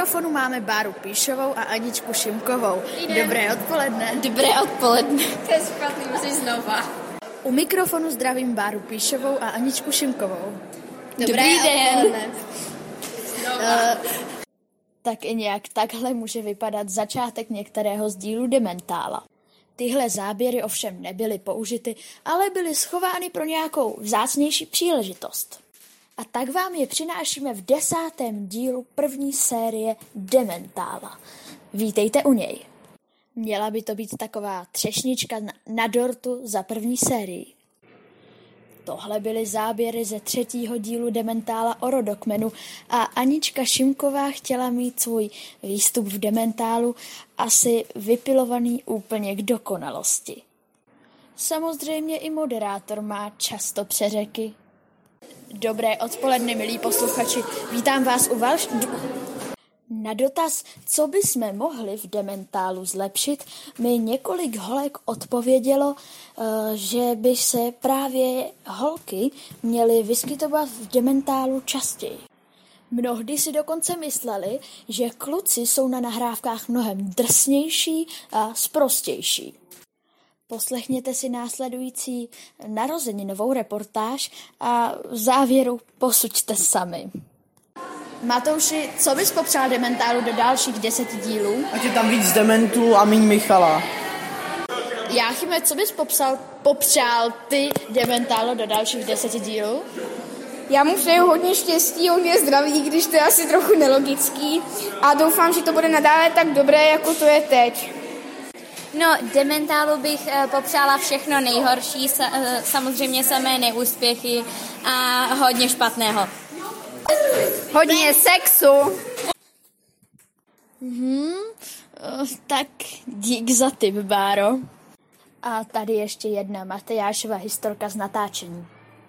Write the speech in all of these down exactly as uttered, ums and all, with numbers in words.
mikrofonu máme Báru Píšovou a Aničku Šimkovou. Dobré odpoledne. Dobré odpoledne. To je špatný, musíš znova. U mikrofonu zdravím Báru Píšovou a Aničku Šimkovou. Dobré Dobrý den. Uh, tak i nějak takhle může vypadat začátek některého z dílů Dementála. Tyhle záběry ovšem nebyly použity, ale byly schovány pro nějakou vzácnější příležitost. A tak vám je přinášíme v desátém dílu první série Dementála. Vítejte u něj. Měla by to být taková třešnička na, na dortu za první sérii. Tohle byly záběry ze třetího dílu Dementála o rodokmenu a Anička Šimková chtěla mít svůj výstup v Dementálu asi vypilovaný úplně k dokonalosti. Samozřejmě i moderátor má často přeřeky. Dobré odpoledne, milí posluchači, vítám vás u vás. Na dotaz, co bychom mohli v Dementálu zlepšit, mi několik holek odpovědělo, že by se právě holky měly vyskytovat v Dementálu častěji. Mnohdy si dokonce mysleli, že kluci jsou na nahrávkách mnohem drsnější a sprostější. Poslechněte si následující narozeninovou reportáž a v závěru posuďte sami. Matouši, co bys popřál Dementálu do dalších deseti dílů? Ať je tam víc dementů a míň Michala. Jáchyme, co bys popsal, popřál ty Dementálo do dalších deseti dílů? Já mu přeju hodně štěstí, hodně zdraví, když to je asi trochu nelogický a doufám, že to bude nadále tak dobré, jako to je teď. No, Dementálu bych uh, popřála všechno nejhorší, sa, uh, samozřejmě samé neúspěchy a hodně špatného. Hodně sexu. Mhm, tak dík za tip, Báro. A tady ještě jedna Matejášova historka z natáčení.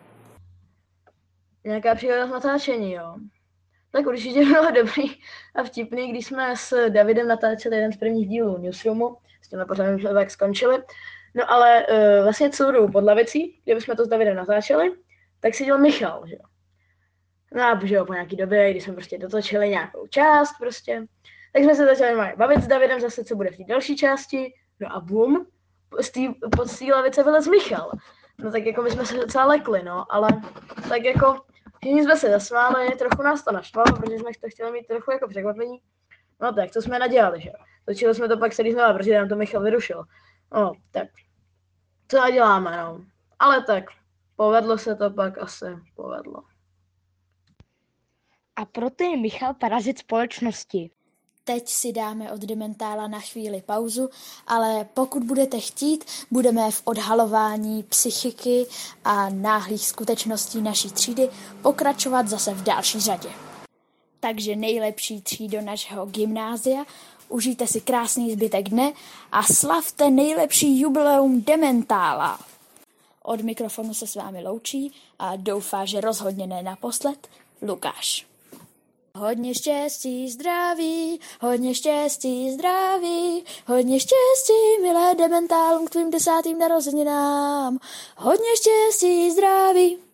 Nějaká příhoda z natáčení, jo. Tak určitě bylo dobrý a vtipný, když jsme s Davidem natáčeli jeden z prvních dílů Newsroomu. S tímhle pořádem jsme tak skončili. No ale uh, vlastně celou dobu pod lavicí, kde jsme to s Davidem natáčeli, tak seděl Michal, že jo. No a že jo, po nějaký době, když jsme prostě dotočili nějakou část prostě, tak jsme se začali bavit s Davidem zase, co bude v té další části, no a bum, z tý, pod té lavice vylez Michal. No tak jako my jsme se docela lekli, no, ale tak jako všichni jsme se zasmáli, trochu nás to naštvalo, protože jsme to chtěli mít trochu jako překvapení. No tak, to jsme nadělali, že jo. Točili jsme to pak celý znova, protože nám to Michal vyrušil. No, tak, co naděláme, no. Ale tak, povedlo se to pak asi, povedlo. A proto je Michal parazit společnosti. Teď si dáme od Dementála na chvíli pauzu, ale pokud budete chtít, budeme v odhalování psychiky a náhlých skutečností naší třídy pokračovat zase v další řadě. Takže nejlepší třído našeho gymnázia, užijte si krásný zbytek dne a slavte nejlepší jubileum Dementála. Od mikrofonu se s vámi loučí a doufá, že rozhodně ne naposled, Lukáš. Hodně štěstí, zdraví, hodně štěstí, zdraví, hodně štěstí, milé Dementálům k tvým desátým narozeninám. Hodně štěstí, zdraví.